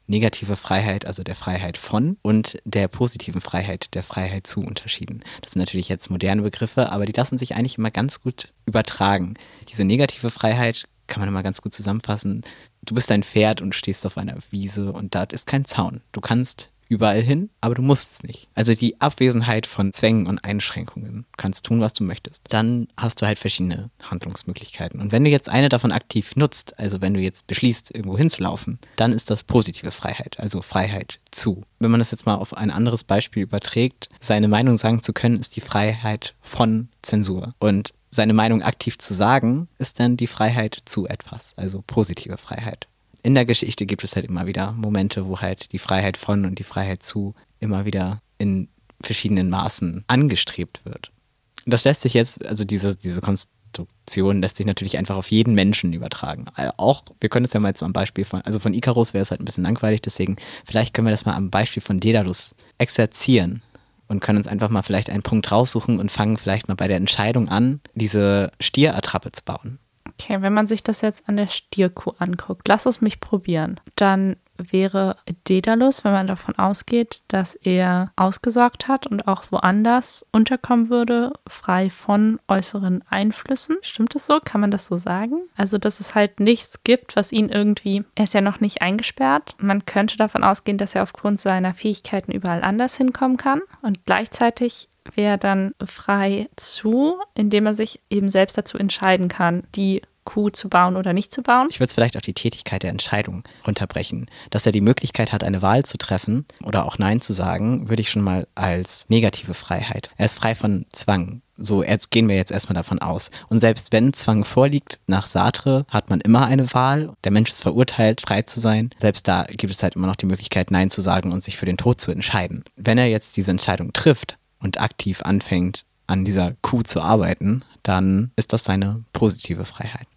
negative Freiheit, also der Freiheit von, und der positiven Freiheit, der Freiheit zu unterschieden. Das sind natürlich jetzt moderne Begriffe, aber die lassen sich eigentlich immer ganz gut übertragen. Diese negative Freiheit kann man immer ganz gut zusammenfassen. Du bist ein Pferd und stehst auf einer Wiese und da ist kein Zaun. Du kannst überall hin, aber du musst es nicht. Also die Abwesenheit von Zwängen und Einschränkungen. Du kannst tun, was du möchtest. Dann hast du halt verschiedene Handlungsmöglichkeiten. Und wenn du jetzt eine davon aktiv nutzt, also wenn du jetzt beschließt, irgendwo hinzulaufen, dann ist das positive Freiheit, also Freiheit zu. Wenn man das jetzt mal auf ein anderes Beispiel überträgt, seine Meinung sagen zu können, ist die Freiheit von Zensur. Und seine Meinung aktiv zu sagen, ist dann die Freiheit zu etwas, also positive Freiheit. In der Geschichte gibt es halt immer wieder Momente, wo halt die Freiheit von und die Freiheit zu immer wieder in verschiedenen Maßen angestrebt wird. Das lässt sich jetzt, also diese Konstruktion lässt sich natürlich einfach auf jeden Menschen übertragen. Auch, wir können es ja mal jetzt am Beispiel von Ikarus wäre es halt ein bisschen langweilig, deswegen vielleicht können wir das mal am Beispiel von Daedalus exerzieren und können uns einfach mal vielleicht einen Punkt raussuchen und fangen vielleicht mal bei der Entscheidung an, diese Stierattrappe zu bauen. Okay, wenn man sich das jetzt an der Stierkuh anguckt, lass es mich probieren. Dann wäre Daedalus, wenn man davon ausgeht, dass er ausgesorgt hat und auch woanders unterkommen würde, frei von äußeren Einflüssen. Stimmt das so? Kann man das so sagen? Also, dass es halt nichts gibt, was ihn irgendwie, er ist ja noch nicht eingesperrt. Man könnte davon ausgehen, dass er aufgrund seiner Fähigkeiten überall anders hinkommen kann und gleichzeitig wäre dann frei zu, indem er sich eben selbst dazu entscheiden kann, die Kuh zu bauen oder nicht zu bauen. Ich würde es vielleicht auf die Tätigkeit der Entscheidung runterbrechen. Dass er die Möglichkeit hat, eine Wahl zu treffen oder auch Nein zu sagen, würde ich schon mal als negative Freiheit. Er ist frei von Zwang. So, jetzt gehen wir jetzt erstmal davon aus. Und selbst wenn Zwang vorliegt, nach Sartre hat man immer eine Wahl. Der Mensch ist verurteilt, frei zu sein. Selbst da gibt es halt immer noch die Möglichkeit, Nein zu sagen und sich für den Tod zu entscheiden. Wenn er jetzt diese Entscheidung trifft und aktiv anfängt, an dieser Kuh zu arbeiten, dann ist das seine positive Freiheit.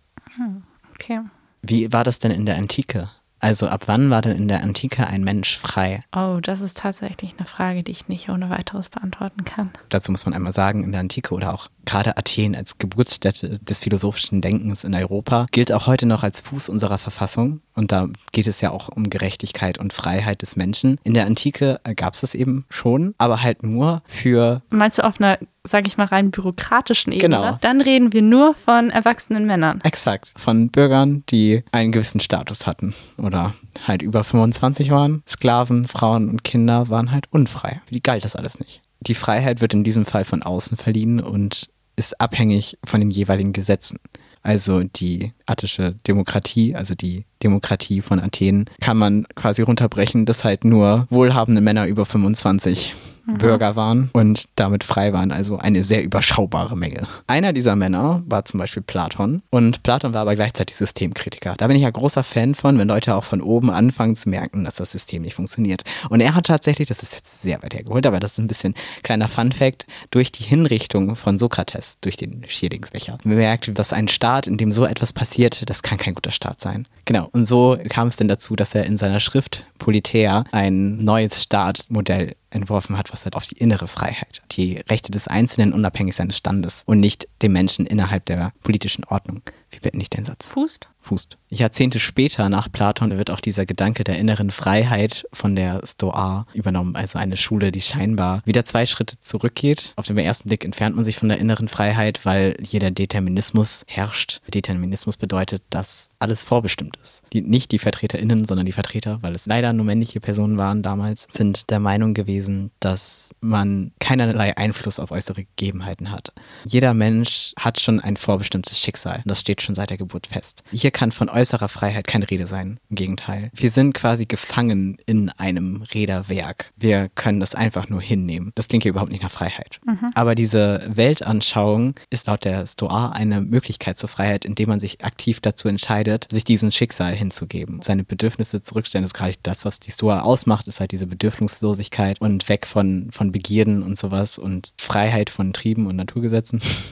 Okay. Wie war das denn in der Antike? Also ab wann war denn in der Antike ein Mensch frei? Oh, das ist tatsächlich eine Frage, die ich nicht ohne weiteres beantworten kann. Dazu muss man einmal sagen, in der Antike oder auch gerade Athen als Geburtsstätte des philosophischen Denkens in Europa gilt auch heute noch als Fuß unserer Verfassung. Und da geht es ja auch um Gerechtigkeit und Freiheit des Menschen. In der Antike gab es das eben schon, aber halt nur für... Meinst du auf einer, sage ich mal, rein bürokratischen Ebene? Genau. Dann reden wir nur von erwachsenen Männern. Exakt. Von Bürgern, die einen gewissen Status hatten oder halt über 25 waren. Sklaven, Frauen und Kinder waren halt unfrei. Für die galt das alles nicht. Die Freiheit wird in diesem Fall von außen verliehen und ist abhängig von den jeweiligen Gesetzen. Also die attische Demokratie, also die Demokratie von Athen, kann man quasi runterbrechen, dass halt nur wohlhabende Männer über 25 Bürger waren und damit frei waren, also eine sehr überschaubare Menge. Einer dieser Männer war zum Beispiel Platon und Platon war aber gleichzeitig Systemkritiker. Da bin ich ja großer Fan von, wenn Leute auch von oben anfangen zu merken, dass das System nicht funktioniert. Und er hat tatsächlich, das ist jetzt sehr weit hergeholt, aber das ist ein bisschen kleiner Funfact, durch die Hinrichtung von Sokrates, durch den Schierlingsbecher, bemerkt, dass ein Staat, in dem so etwas passiert, das kann kein guter Staat sein. Genau, und so kam es dann dazu, dass er in seiner Schrift Politeia ein neues Staatsmodell entworfen hat, was halt auf die innere Freiheit, die Rechte des Einzelnen unabhängig seines Standes und nicht dem Menschen innerhalb der politischen Ordnung. Wie beende ich den Satz? Fußt. Jahrzehnte später nach Platon wird auch dieser Gedanke der inneren Freiheit von der Stoa übernommen, also eine Schule, die scheinbar wieder 2 Schritte zurückgeht. Auf den ersten Blick entfernt man sich von der inneren Freiheit, weil hier der Determinismus herrscht. Determinismus bedeutet, dass alles vorbestimmt ist. Nicht die VertreterInnen, sondern die Vertreter, weil es leider nur männliche Personen waren damals, sind der Meinung gewesen, dass man keinerlei Einfluss auf äußere Gegebenheiten hat. Jeder Mensch hat schon ein vorbestimmtes Schicksal. Das steht schon seit der Geburt fest. Hier kann von äußerer Freiheit keine Rede sein. Im Gegenteil. Wir sind quasi gefangen in einem Räderwerk. Wir können das einfach nur hinnehmen. Das klingt hier überhaupt nicht nach Freiheit. Aber diese Weltanschauung ist laut der Stoa eine Möglichkeit zur Freiheit, indem man sich aktiv dazu entscheidet, sich diesem Schicksal hinzugeben. Seine Bedürfnisse zurückstellen, das ist gerade das, was die Stoa ausmacht, ist halt diese Bedürfnislosigkeit und weg von Begierden und sowas und Freiheit von Trieben und Naturgesetzen.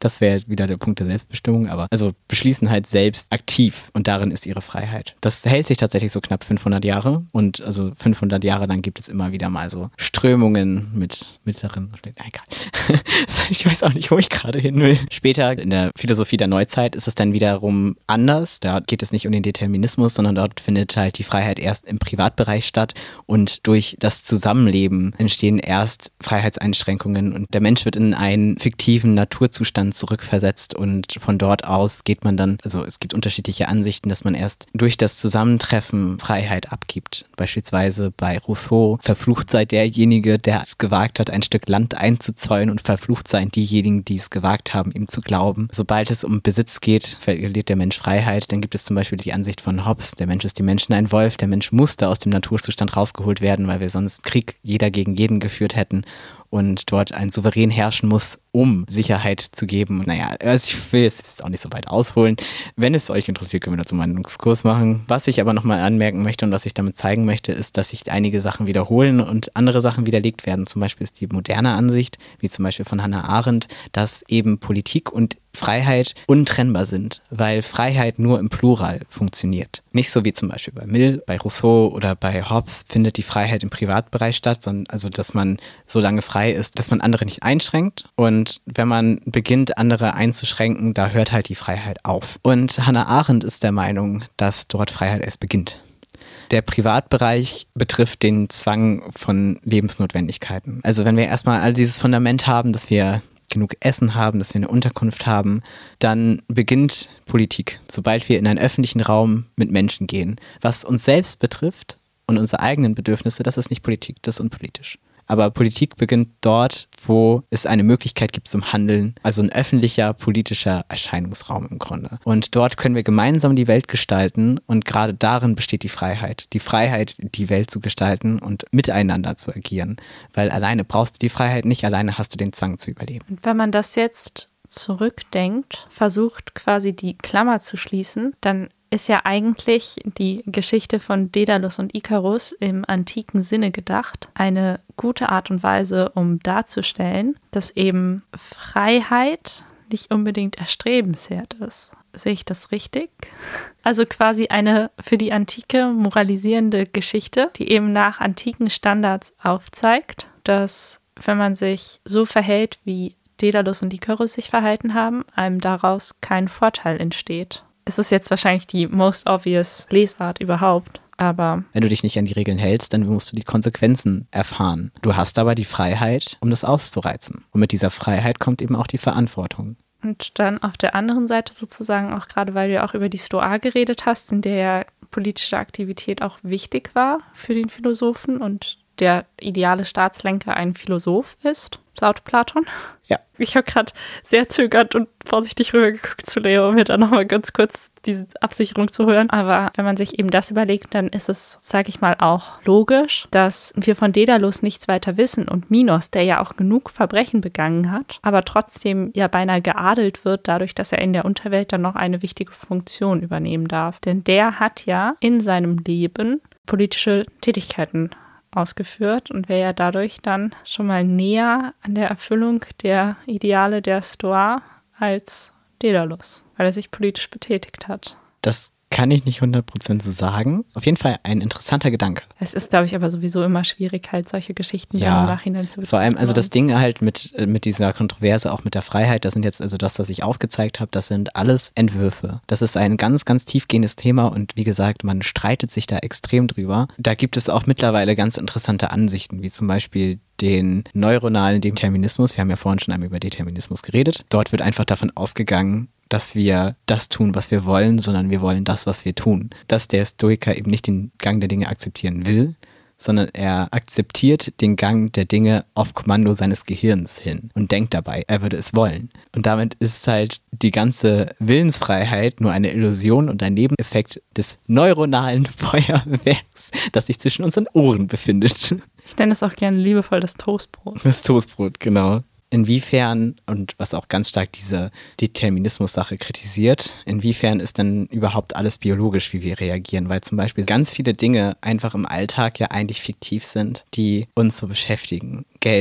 Das wäre wieder der Punkt der Selbstbestimmung, aber also beschließen halt selbst aktiv und darin ist ihre Freiheit. Das hält sich tatsächlich so knapp 500 Jahre und also 500 Jahre lang gibt es immer wieder mal so Strömungen mit mittleren, egal. Ich weiß auch nicht, wo ich gerade hin will. Später in der Philosophie der Neuzeit ist es dann wiederum anders. Da geht es nicht um den Determinismus, sondern dort findet halt die Freiheit erst im Privatbereich statt und durch das Zusammenleben entstehen erst Freiheitseinschränkungen und der Mensch wird in einen fiktiven Naturzustand zurückversetzt und von dort aus geht man dann, also es gibt unterschiedliche Ansichten, dass man erst durch das Zusammentreffen Freiheit abgibt. Beispielsweise bei Rousseau, verflucht sei derjenige, der es gewagt hat, ein Stück Land einzuzäunen und verflucht seien diejenigen, die es gewagt haben, ihm zu glauben. Sobald es um Besitz geht, verliert der Mensch Freiheit. Dann gibt es zum Beispiel die Ansicht von Hobbes, der Mensch ist dem Menschen ein Wolf, der Mensch musste aus dem Naturzustand rausgeholt werden, weil wir sonst Krieg jeder gegen jeden geführt hätten und dort ein Souverän herrschen muss, um Sicherheit zu geben. Naja, also ich will jetzt auch nicht so weit ausholen. Wenn es euch interessiert, können wir dazu mal einen Exkurs machen. Was ich aber nochmal anmerken möchte und was ich damit zeigen möchte, ist, dass sich einige Sachen wiederholen und andere Sachen widerlegt werden. Zum Beispiel ist die moderne Ansicht, wie zum Beispiel von Hannah Arendt, dass eben Politik und Freiheit untrennbar sind, weil Freiheit nur im Plural funktioniert. Nicht so wie zum Beispiel bei Mill, bei Rousseau oder bei Hobbes findet die Freiheit im Privatbereich statt, sondern also, dass man so lange frei ist, dass man andere nicht einschränkt und wenn man beginnt, andere einzuschränken, da hört halt die Freiheit auf. Und Hannah Arendt ist der Meinung, dass dort Freiheit erst beginnt. Der Privatbereich betrifft den Zwang von Lebensnotwendigkeiten. Also wenn wir erstmal all dieses Fundament haben, dass wir genug Essen haben, dass wir eine Unterkunft haben, dann beginnt Politik, sobald wir in einen öffentlichen Raum mit Menschen gehen. Was uns selbst betrifft und unsere eigenen Bedürfnisse, das ist nicht Politik, das ist unpolitisch. Aber Politik beginnt dort, wo es eine Möglichkeit gibt zum Handeln, also ein öffentlicher, politischer Erscheinungsraum im Grunde. Und dort können wir gemeinsam die Welt gestalten und gerade darin besteht die Freiheit, die Welt zu gestalten und miteinander zu agieren. Weil alleine brauchst du die Freiheit nicht, alleine hast du den Zwang zu überleben. Und wenn man das jetzt zurückdenkt, versucht quasi die Klammer zu schließen, dann ist ja eigentlich die Geschichte von Daedalus und Ikarus im antiken Sinne gedacht. Eine gute Art und Weise, um darzustellen, dass eben Freiheit nicht unbedingt erstrebenswert ist. Sehe ich das richtig? Also quasi eine für die Antike moralisierende Geschichte, die eben nach antiken Standards aufzeigt, dass wenn man sich so verhält, wie Daedalus und Ikarus sich verhalten haben, einem daraus kein Vorteil entsteht. Es ist jetzt wahrscheinlich die most obvious Lesart überhaupt, aber... Wenn du dich nicht an die Regeln hältst, dann musst du die Konsequenzen erfahren. Du hast aber die Freiheit, um das auszureizen. Und mit dieser Freiheit kommt eben auch die Verantwortung. Und dann auf der anderen Seite sozusagen, auch gerade weil du auch über die Stoa geredet hast, in der ja politische Aktivität auch wichtig war für den Philosophen und der ideale Staatslenker ein Philosoph ist, laut Platon. Ja. Ich habe gerade sehr zögernd und vorsichtig rübergeguckt zu Leo, um mir da nochmal ganz kurz diese Absicherung zu hören. Aber wenn man sich eben das überlegt, dann ist es, sage ich mal, auch logisch, dass wir von Daedalus nichts weiter wissen und Minos, der ja auch genug Verbrechen begangen hat, aber trotzdem ja beinahe geadelt wird, dadurch, dass er in der Unterwelt dann noch eine wichtige Funktion übernehmen darf. Denn der hat ja in seinem Leben politische Tätigkeiten ausgeführt und wäre ja dadurch dann schon mal näher an der Erfüllung der Ideale der Stoa als Daedalus, weil er sich politisch betätigt hat. Das kann ich nicht 100% so sagen. Auf jeden Fall ein interessanter Gedanke. Es ist, glaube ich, aber sowieso immer schwierig, halt solche Geschichten dann im Nachhinein zu betrachten. Vor allem, also das Ding halt mit dieser Kontroverse, auch mit der Freiheit, das sind jetzt, also das, was ich aufgezeigt habe, das sind alles Entwürfe. Das ist ein ganz, ganz tiefgehendes Thema und wie gesagt, man streitet sich da extrem drüber. Da gibt es auch mittlerweile ganz interessante Ansichten, wie zum Beispiel den neuronalen Determinismus. Wir haben ja vorhin schon einmal über Determinismus geredet. Dort wird einfach davon ausgegangen, dass wir das tun, was wir wollen, sondern wir wollen das, was wir tun. Dass der Stoiker eben nicht den Gang der Dinge akzeptieren will, sondern er akzeptiert den Gang der Dinge auf Kommando seines Gehirns hin und denkt dabei, er würde es wollen. Und damit ist halt die ganze Willensfreiheit nur eine Illusion und ein Nebeneffekt des neuronalen Feuerwerks, das sich zwischen unseren Ohren befindet. Ich nenne es auch gerne liebevoll das Toastbrot. Das Toastbrot, genau. Inwiefern, und was auch ganz stark diese Determinismus-Sache kritisiert, inwiefern ist denn überhaupt alles biologisch, wie wir reagieren? Weil zum Beispiel ganz viele Dinge einfach im Alltag ja eigentlich fiktiv sind, die uns so beschäftigen. Geld,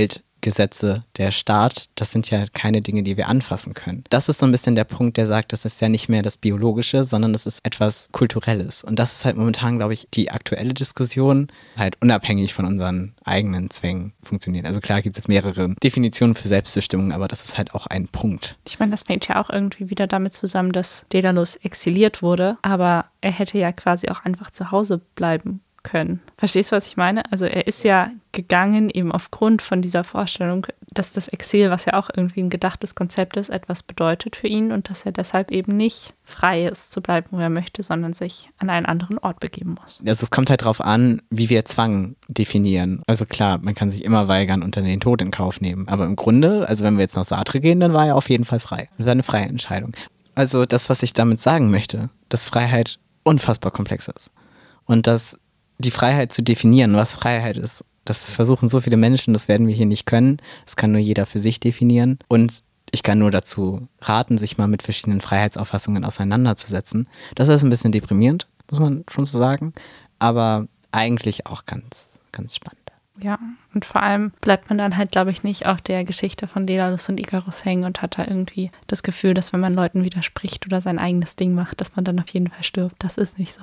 Gesetze, der Staat, das sind ja keine Dinge, die wir anfassen können. Das ist so ein bisschen der Punkt, der sagt, das ist ja nicht mehr das Biologische, sondern das ist etwas Kulturelles. Und das ist halt momentan, glaube ich, die aktuelle Diskussion, halt unabhängig von unseren eigenen Zwängen funktionieren. Also klar gibt es mehrere Definitionen für Selbstbestimmung, aber das ist halt auch ein Punkt. Ich meine, das hängt ja auch irgendwie wieder damit zusammen, dass Daedalus exiliert wurde, aber er hätte ja quasi auch einfach zu Hause bleiben können. Verstehst du, was ich meine? Also er ist ja gegangen eben aufgrund von dieser Vorstellung, dass das Exil, was ja auch irgendwie ein gedachtes Konzept ist, etwas bedeutet für ihn und dass er deshalb eben nicht frei ist, zu bleiben, wo er möchte, sondern sich an einen anderen Ort begeben muss. Also es kommt halt darauf an, wie wir Zwang definieren. Also klar, man kann sich immer weigern und dann den Tod in Kauf nehmen. Aber im Grunde, also wenn wir jetzt nach Sartre gehen, dann war er auf jeden Fall frei. Das war eine freie Entscheidung. Also das, was ich damit sagen möchte, dass Freiheit unfassbar komplex ist. Und dass die Freiheit zu definieren, was Freiheit ist, das versuchen so viele Menschen, das werden wir hier nicht können. Das kann nur jeder für sich definieren. Und ich kann nur dazu raten, sich mal mit verschiedenen Freiheitsauffassungen auseinanderzusetzen. Das ist ein bisschen deprimierend, muss man schon so sagen. Aber eigentlich auch ganz, ganz spannend. Ja, und vor allem bleibt man dann halt, glaube ich, nicht auf der Geschichte von Daedalus und Ikarus hängen und hat da irgendwie das Gefühl, dass wenn man Leuten widerspricht oder sein eigenes Ding macht, dass man dann auf jeden Fall stirbt. Das ist nicht so.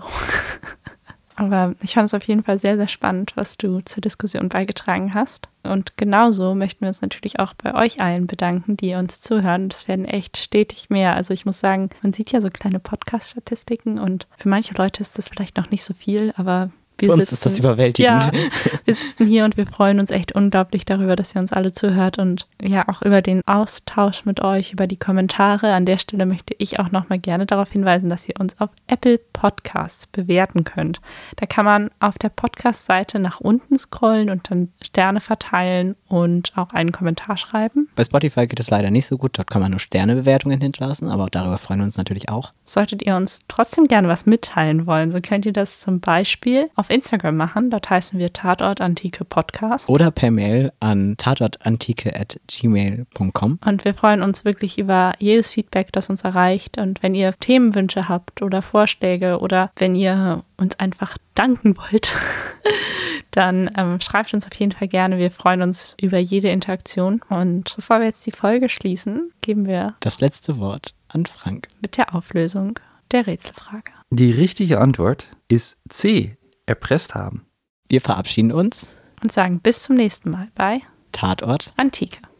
Aber ich fand es auf jeden Fall sehr, sehr spannend, was du zur Diskussion beigetragen hast. Und genauso möchten wir uns natürlich auch bei euch allen bedanken, die uns zuhören. Das werden echt stetig mehr. Also ich muss sagen, man sieht ja so kleine Podcast-Statistiken und für manche Leute ist das vielleicht noch nicht so viel, aber für uns ist das überwältigend. Ja, wir sitzen hier und wir freuen uns echt unglaublich darüber, dass ihr uns alle zuhört und ja auch über den Austausch mit euch, über die Kommentare. An der Stelle möchte ich auch nochmal gerne darauf hinweisen, dass ihr uns auf Apple Podcasts bewerten könnt. Da kann man auf der Podcast-Seite nach unten scrollen und dann Sterne verteilen und auch einen Kommentar schreiben. Bei Spotify geht es leider nicht so gut. Dort kann man nur Sternebewertungen hinterlassen, aber darüber freuen wir uns natürlich auch. Solltet ihr uns trotzdem gerne was mitteilen wollen, so könnt ihr das zum Beispiel auf Instagram machen. Dort heißen wir Tatort Antike Podcast. Oder per Mail an tatortantike@gmail.com. Und wir freuen uns wirklich über jedes Feedback, das uns erreicht. Und wenn ihr Themenwünsche habt oder Vorschläge oder wenn ihr uns einfach danken wollt, dann schreibt uns auf jeden Fall gerne. Wir freuen uns über jede Interaktion. Und bevor wir jetzt die Folge schließen, geben wir das letzte Wort an Frank mit der Auflösung der Rätselfrage. Die richtige Antwort ist C. Erpresst haben. Wir verabschieden uns und sagen bis zum nächsten Mal bei Tatort Antike.